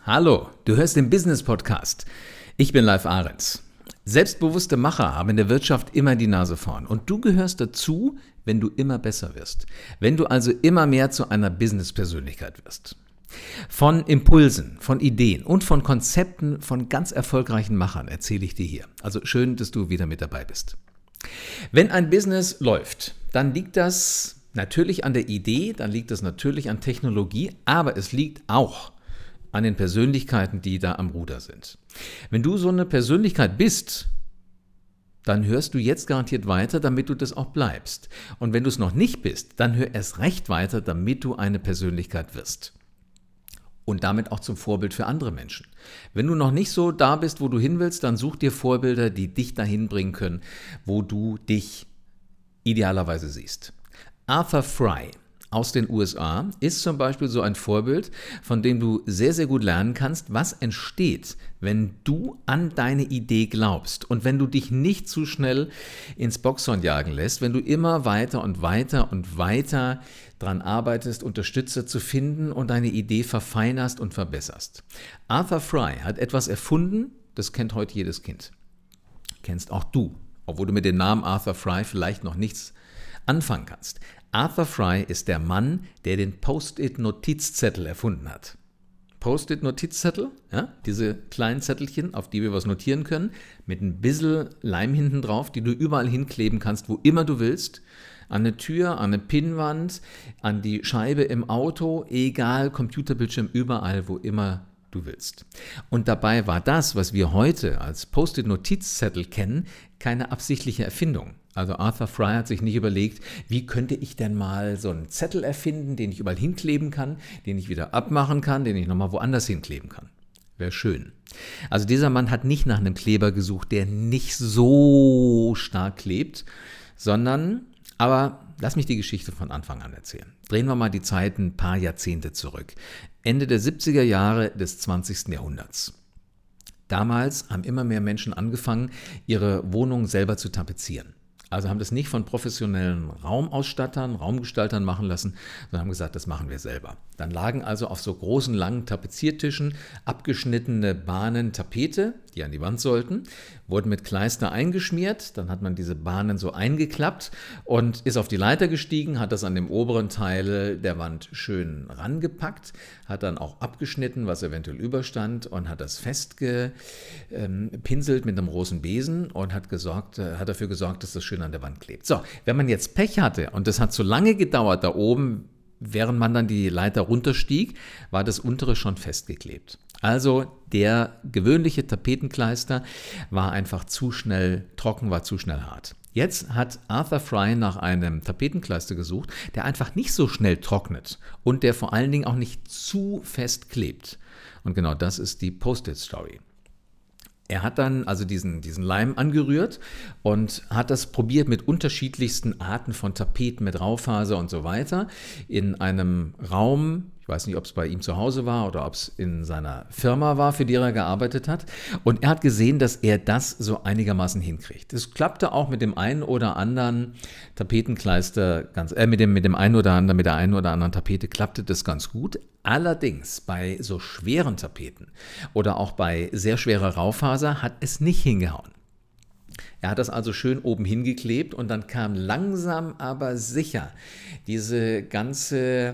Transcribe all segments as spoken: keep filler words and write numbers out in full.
Hallo, du hörst den Business Podcast. Ich bin Live Ahrens. Selbstbewusste Macher haben in der Wirtschaft immer die Nase vorn. Und du gehörst dazu, wenn du immer besser wirst. Wenn du also immer mehr zu einer Business-Persönlichkeit wirst. Von Impulsen, von Ideen und von Konzepten von ganz erfolgreichen Machern erzähle ich dir hier. Also schön, dass du wieder mit dabei bist. Wenn ein Business läuft, dann liegt das natürlich an der Idee, dann liegt das natürlich an Technologie, aber es liegt auch an den Persönlichkeiten, die da am Ruder sind. Wenn du so eine Persönlichkeit bist, dann hörst du jetzt garantiert weiter, damit du das auch bleibst. Und wenn du es noch nicht bist, dann hör erst recht weiter, damit du eine Persönlichkeit wirst. Und damit auch zum Vorbild für andere Menschen. Wenn du noch nicht so da bist, wo du hin willst, dann such dir Vorbilder, die dich dahin bringen können, wo du dich idealerweise siehst. Arthur Fry aus den U S A ist zum Beispiel so ein Vorbild, von dem du sehr, sehr gut lernen kannst, was entsteht, wenn du an deine Idee glaubst und wenn du dich nicht zu schnell ins Boxhorn jagen lässt, wenn du immer weiter und weiter und weiter dran arbeitest, Unterstützer zu finden und deine Idee verfeinerst und verbesserst. Arthur Fry hat etwas erfunden, das kennt heute jedes Kind. Kennst auch du, obwohl du mit dem Namen Arthur Fry vielleicht noch nichts anfangen kannst. Arthur Fry ist der Mann, der den Post-it-Notizzettel erfunden hat. Post-it-Notizzettel, ja, diese kleinen Zettelchen, auf die wir was notieren können, mit ein bisschen Leim hinten drauf, die du überall hinkleben kannst, wo immer du willst. An eine Tür, an eine Pinnwand, an die Scheibe im Auto, egal, Computerbildschirm, überall, wo immer du willst. Und dabei war das, was wir heute als Post-it-Notizzettel kennen, keine absichtliche Erfindung. Also Arthur Fry hat sich nicht überlegt, wie könnte ich denn mal so einen Zettel erfinden, den ich überall hinkleben kann, den ich wieder abmachen kann, den ich nochmal woanders hinkleben kann. Wäre schön. Also dieser Mann hat nicht nach einem Kleber gesucht, der nicht so stark klebt, sondern, aber lass mich die Geschichte von Anfang an erzählen. Drehen wir mal die Zeit ein paar Jahrzehnte zurück. Ende der siebziger Jahre des zwanzigsten Jahrhunderts. Damals haben immer mehr Menschen angefangen, ihre Wohnungen selber zu tapezieren. Also haben das nicht von professionellen Raumausstattern, Raumgestaltern machen lassen, sondern haben gesagt, das machen wir selber. Dann lagen also auf so großen, langen Tapeziertischen abgeschnittene Bahnen Tapete, die an die Wand sollten, wurden mit Kleister eingeschmiert, dann hat man diese Bahnen so eingeklappt und ist auf die Leiter gestiegen, hat das an dem oberen Teil der Wand schön rangepackt, hat dann auch abgeschnitten, was eventuell überstand und hat das festgepinselt mit einem großen Besen und hat, gesorgt, hat dafür gesorgt, dass das schön an der Wand klebt. So, wenn man jetzt Pech hatte und das hat so lange gedauert da oben, während man dann die Leiter runterstieg, war das untere schon festgeklebt. Also der gewöhnliche Tapetenkleister war einfach zu schnell trocken, war zu schnell hart. Jetzt hat Arthur Fry nach einem Tapetenkleister gesucht, der einfach nicht so schnell trocknet und der vor allen Dingen auch nicht zu fest klebt. Und genau das ist die Post-it-Story. Er hat dann also diesen, diesen Leim angerührt und hat das probiert mit unterschiedlichsten Arten von Tapeten, mit Raufaser und so weiter in einem Raum. Ich weiß nicht, ob es bei ihm zu Hause war oder ob es in seiner Firma war, für die er gearbeitet hat. Und er hat gesehen, dass er das so einigermaßen hinkriegt. Es klappte auch mit dem einen oder anderen Tapetenkleister, ganz, äh, mit dem, mit dem einen oder anderen, mit der einen oder anderen Tapete klappte das ganz gut. Allerdings bei so schweren Tapeten oder auch bei sehr schwerer Raufaser hat es nicht hingehauen. Er hat das also schön oben hingeklebt und dann kam langsam aber sicher diese ganze,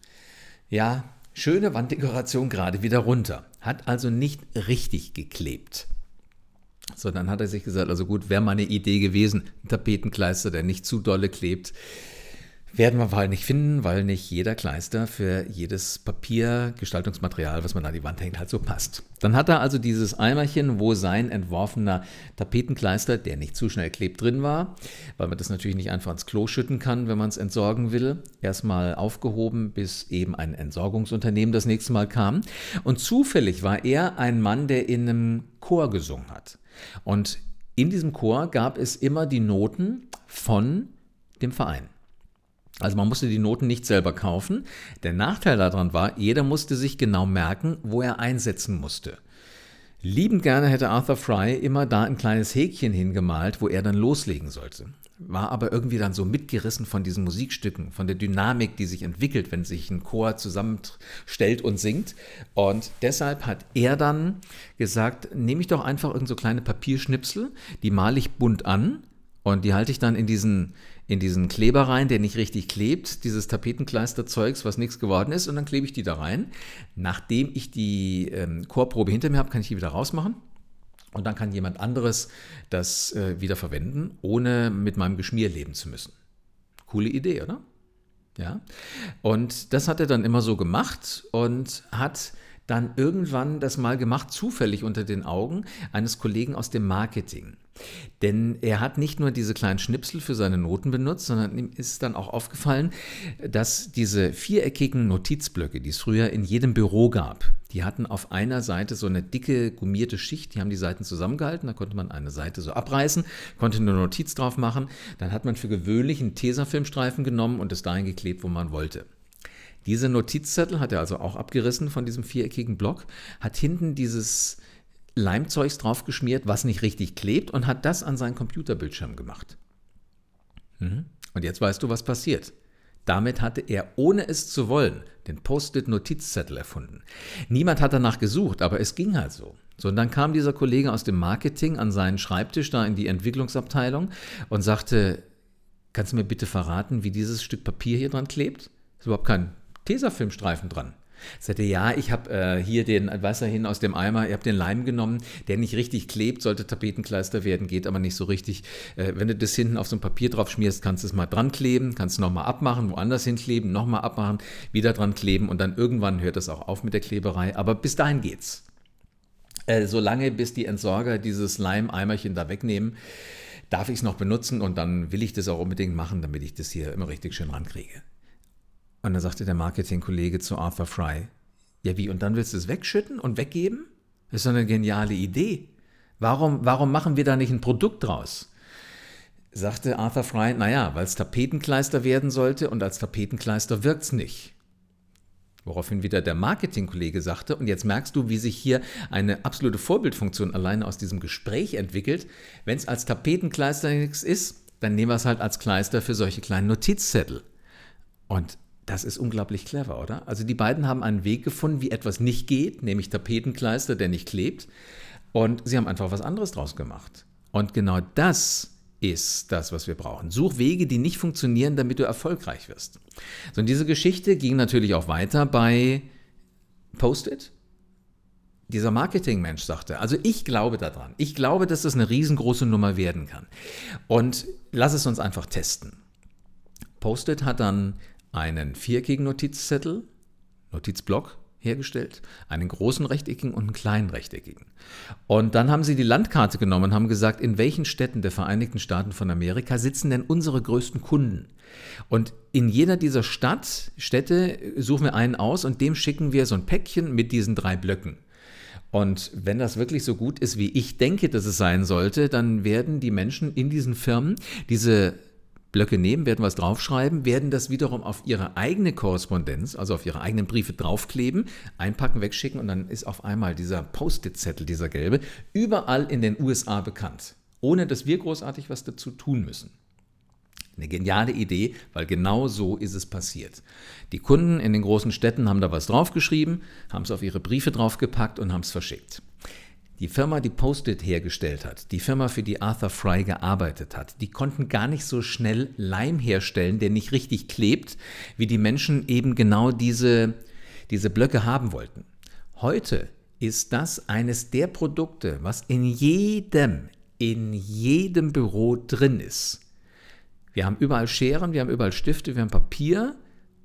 ja, schöne Wanddekoration gerade wieder runter. Hat also nicht richtig geklebt. So, dann hat er sich gesagt, also gut, wäre mal eine Idee gewesen, ein Tapetenkleister, der nicht zu dolle klebt. Werden wir wohl nicht finden, weil nicht jeder Kleister für jedes Papier, Gestaltungsmaterial, was man an die Wand hängt, halt so passt. Dann hat er also dieses Eimerchen, wo sein entworfener Tapetenkleister, der nicht zu schnell klebt, drin war, weil man das natürlich nicht einfach ins Klo schütten kann, wenn man es entsorgen will, erstmal aufgehoben, bis eben ein Entsorgungsunternehmen das nächste Mal kam. Und zufällig war er ein Mann, der in einem Chor gesungen hat. Und in diesem Chor gab es immer die Noten von dem Verein. Also man musste die Noten nicht selber kaufen. Der Nachteil daran war, jeder musste sich genau merken, wo er einsetzen musste. Liebend gerne hätte Arthur Fry immer da ein kleines Häkchen hingemalt, wo er dann loslegen sollte. War aber irgendwie dann so mitgerissen von diesen Musikstücken, von der Dynamik, die sich entwickelt, wenn sich ein Chor zusammenstellt und singt. Und deshalb hat er dann gesagt, nehme ich doch einfach irgend so kleine Papierschnipsel, die male ich bunt an und die halte ich dann in diesen, in diesen Kleber rein, der nicht richtig klebt, dieses Tapetenkleisterzeugs, was nichts geworden ist, und dann klebe ich die da rein. Nachdem ich die ähm, Chorprobe hinter mir habe, kann ich die wieder rausmachen. Und dann kann jemand anderes das äh, wieder verwenden, ohne mit meinem Geschmier leben zu müssen. Coole Idee, oder? Ja. Und das hat er dann immer so gemacht und hat dann irgendwann das mal gemacht, zufällig unter den Augen eines Kollegen aus dem Marketing. Denn er hat nicht nur diese kleinen Schnipsel für seine Noten benutzt, sondern ihm ist dann auch aufgefallen, dass diese viereckigen Notizblöcke, die es früher in jedem Büro gab, die hatten auf einer Seite so eine dicke gummierte Schicht, die haben die Seiten zusammengehalten, da konnte man eine Seite so abreißen, konnte eine Notiz drauf machen, dann hat man für gewöhnlich einen Tesafilmstreifen genommen und es dahin geklebt, wo man wollte. Diese Notizzettel hat er also auch abgerissen von diesem viereckigen Block, hat hinten dieses Leimzeugs drauf geschmiert, was nicht richtig klebt, und hat das an seinen Computerbildschirm gemacht. Mhm. Und jetzt weißt du, was passiert. Damit hatte er, ohne es zu wollen, den Post-it-Notizzettel erfunden. Niemand hat danach gesucht, aber es ging halt so. So, und dann kam dieser Kollege aus dem Marketing an seinen Schreibtisch da in die Entwicklungsabteilung und sagte, kannst du mir bitte verraten, wie dieses Stück Papier hier dran klebt? Ist überhaupt kein Tesafilmstreifen dran. Ich sagte, ja, ich habe äh, hier den Wasser hin aus dem Eimer, ihr habt den Leim genommen, der nicht richtig klebt, sollte Tapetenkleister werden, geht aber nicht so richtig. Äh, wenn du das hinten auf so ein Papier drauf schmierst, kannst du es mal dran kleben, kannst du nochmal abmachen, woanders hinkleben, nochmal abmachen, wieder dran kleben und dann irgendwann hört es auch auf mit der Kleberei, aber bis dahin geht's. Äh, solange bis die Entsorger dieses Leimeimerchen da wegnehmen, darf ich es noch benutzen und dann will ich das auch unbedingt machen, damit ich das hier immer richtig schön rankriege. Und dann sagte der Marketingkollege zu Arthur Fry, ja wie, und dann willst du es wegschütten und weggeben? Das ist doch eine geniale Idee. Warum, warum machen wir da nicht ein Produkt draus? Sagte Arthur Fry, naja, weil es Tapetenkleister werden sollte und als Tapetenkleister wirkt es nicht. Woraufhin wieder der Marketingkollege sagte, und jetzt merkst du, wie sich hier eine absolute Vorbildfunktion alleine aus diesem Gespräch entwickelt. Wenn es als Tapetenkleister nichts ist, dann nehmen wir es halt als Kleister für solche kleinen Notizzettel. Und das ist unglaublich clever, oder? Also die beiden haben einen Weg gefunden, wie etwas nicht geht, nämlich Tapetenkleister, der nicht klebt. Und sie haben einfach was anderes draus gemacht. Und genau das ist das, was wir brauchen. Such Wege, die nicht funktionieren, damit du erfolgreich wirst. So, und diese Geschichte ging natürlich auch weiter bei Post-it. Dieser Marketingmensch sagte, also ich glaube daran. Ich glaube, dass das eine riesengroße Nummer werden kann. Und lass es uns einfach testen. Post-it hat dann einen viereckigen Notizzettel, Notizblock hergestellt, einen großen rechteckigen und einen kleinen rechteckigen. Und dann haben sie die Landkarte genommen und haben gesagt, in welchen Städten der Vereinigten Staaten von Amerika sitzen denn unsere größten Kunden? Und in jeder dieser Stadt, Städte suchen wir einen aus und dem schicken wir so ein Päckchen mit diesen drei Blöcken. Und wenn das wirklich so gut ist, wie ich denke, dass es sein sollte, dann werden die Menschen in diesen Firmen diese Blöcke nehmen, werden was draufschreiben, werden das wiederum auf ihre eigene Korrespondenz, also auf ihre eigenen Briefe draufkleben, einpacken, wegschicken und dann ist auf einmal dieser Post-it-Zettel, dieser gelbe, überall in den U S A bekannt, ohne dass wir großartig was dazu tun müssen. Eine geniale Idee, weil genau so ist es passiert. Die Kunden in den großen Städten haben da was draufgeschrieben, haben es auf ihre Briefe draufgepackt und haben es verschickt. Die Firma, die Post-it hergestellt hat, die Firma, für die Arthur Fry gearbeitet hat, die konnten gar nicht so schnell Leim herstellen, der nicht richtig klebt, wie die Menschen eben genau diese, diese Blöcke haben wollten. Heute ist das eines der Produkte, was in jedem, in jedem Büro drin ist. Wir haben überall Scheren, wir haben überall Stifte, wir haben Papier,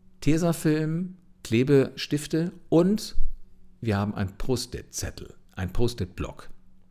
Tesafilm, Klebestifte und wir haben einen Post-it-Zettel. Ein Post-it-Block.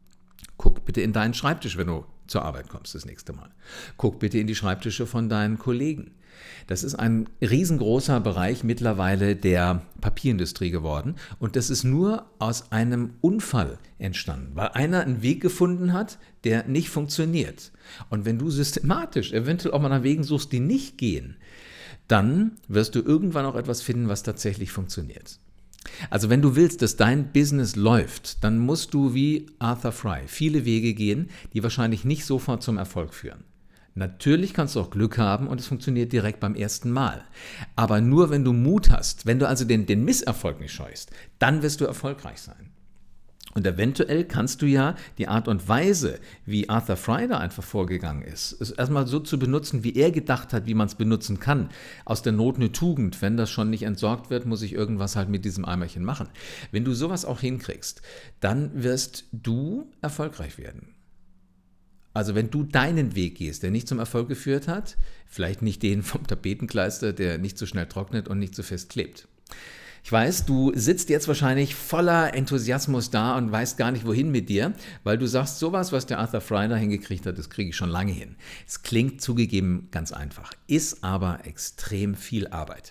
Guck bitte in deinen Schreibtisch, wenn du zur Arbeit kommst das nächste Mal. Guck bitte in die Schreibtische von deinen Kollegen. Das ist ein riesengroßer Bereich mittlerweile der Papierindustrie geworden und das ist nur aus einem Unfall entstanden, weil einer einen Weg gefunden hat, der nicht funktioniert. Und wenn du systematisch eventuell auch mal nach Wegen suchst, die nicht gehen, dann wirst du irgendwann auch etwas finden, was tatsächlich funktioniert. Also wenn du willst, dass dein Business läuft, dann musst du wie Arthur Fry viele Wege gehen, die wahrscheinlich nicht sofort zum Erfolg führen. Natürlich kannst du auch Glück haben und es funktioniert direkt beim ersten Mal. Aber nur wenn du Mut hast, wenn du also den, den Misserfolg nicht scheust, dann wirst du erfolgreich sein. Und eventuell kannst du ja die Art und Weise, wie Arthur Fry da einfach vorgegangen ist, es erstmal so zu benutzen, wie er gedacht hat, wie man es benutzen kann. Aus der Not eine Tugend. Wenn das schon nicht entsorgt wird, muss ich irgendwas halt mit diesem Eimerchen machen. Wenn du sowas auch hinkriegst, dann wirst du erfolgreich werden. Also wenn du deinen Weg gehst, der nicht zum Erfolg geführt hat, vielleicht nicht den vom Tapetenkleister, der nicht so schnell trocknet und nicht so fest klebt. Ich weiß, du sitzt jetzt wahrscheinlich voller Enthusiasmus da und weißt gar nicht, wohin mit dir, weil du sagst, sowas, was der Arthur Fry da hingekriegt hat, das kriege ich schon lange hin. Es klingt zugegeben ganz einfach, ist aber extrem viel Arbeit,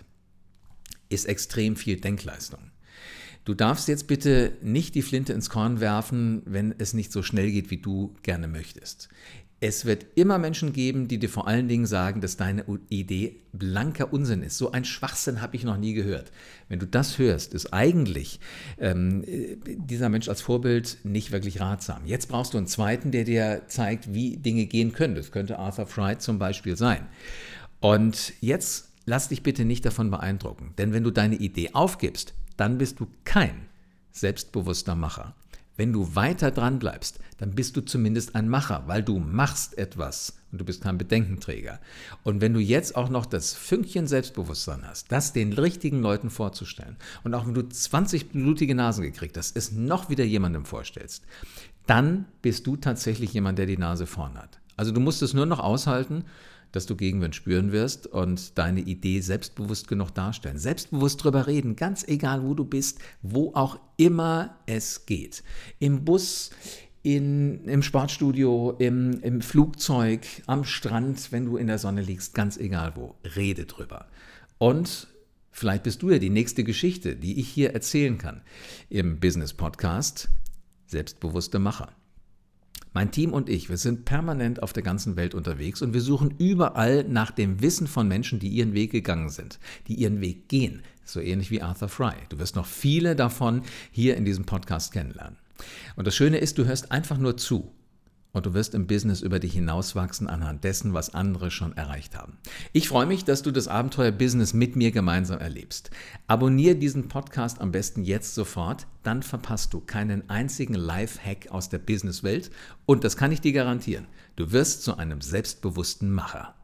ist extrem viel Denkleistung. Du darfst jetzt bitte nicht die Flinte ins Korn werfen, wenn es nicht so schnell geht, wie du gerne möchtest. Es wird immer Menschen geben, die dir vor allen Dingen sagen, dass deine Idee blanker Unsinn ist. So ein Schwachsinn habe ich noch nie gehört. Wenn du das hörst, ist eigentlich ähm, dieser Mensch als Vorbild nicht wirklich ratsam. Jetzt brauchst du einen zweiten, der dir zeigt, wie Dinge gehen können. Das könnte Arthur Fry zum Beispiel sein. Und jetzt lass dich bitte nicht davon beeindrucken, denn wenn du deine Idee aufgibst, dann bist du kein selbstbewusster Macher. Wenn du weiter dran bleibst, dann bist du zumindest ein Macher, weil du machst etwas und du bist kein Bedenkenträger. Und wenn du jetzt auch noch das Fünkchen Selbstbewusstsein hast, das den richtigen Leuten vorzustellen und auch wenn du zwanzig blutige Nasen gekriegt hast, es noch wieder jemandem vorstellst, dann bist du tatsächlich jemand, der die Nase vorn hat. Also du musst es nur noch aushalten, dass du Gegenwind spüren wirst und deine Idee selbstbewusst genug darstellen. Selbstbewusst drüber reden, ganz egal wo du bist, wo auch immer es geht. Im Bus, in, im Sportstudio, im, im Flugzeug, am Strand, wenn du in der Sonne liegst, ganz egal wo, rede drüber. Und vielleicht bist du ja die nächste Geschichte, die ich hier erzählen kann im Business-Podcast Selbstbewusste Macher. Mein Team und ich, wir sind permanent auf der ganzen Welt unterwegs und wir suchen überall nach dem Wissen von Menschen, die ihren Weg gegangen sind, die ihren Weg gehen, so ähnlich wie Arthur Fry. Du wirst noch viele davon hier in diesem Podcast kennenlernen. Und das Schöne ist, du hörst einfach nur zu und du wirst im Business über dich hinauswachsen anhand dessen, was andere schon erreicht haben. Ich freue mich, dass du das Abenteuer Business mit mir gemeinsam erlebst. Abonniere diesen Podcast am besten jetzt sofort, dann verpasst du keinen einzigen Life-Hack aus der Businesswelt und das kann ich dir garantieren. Du wirst zu einem selbstbewussten Macher.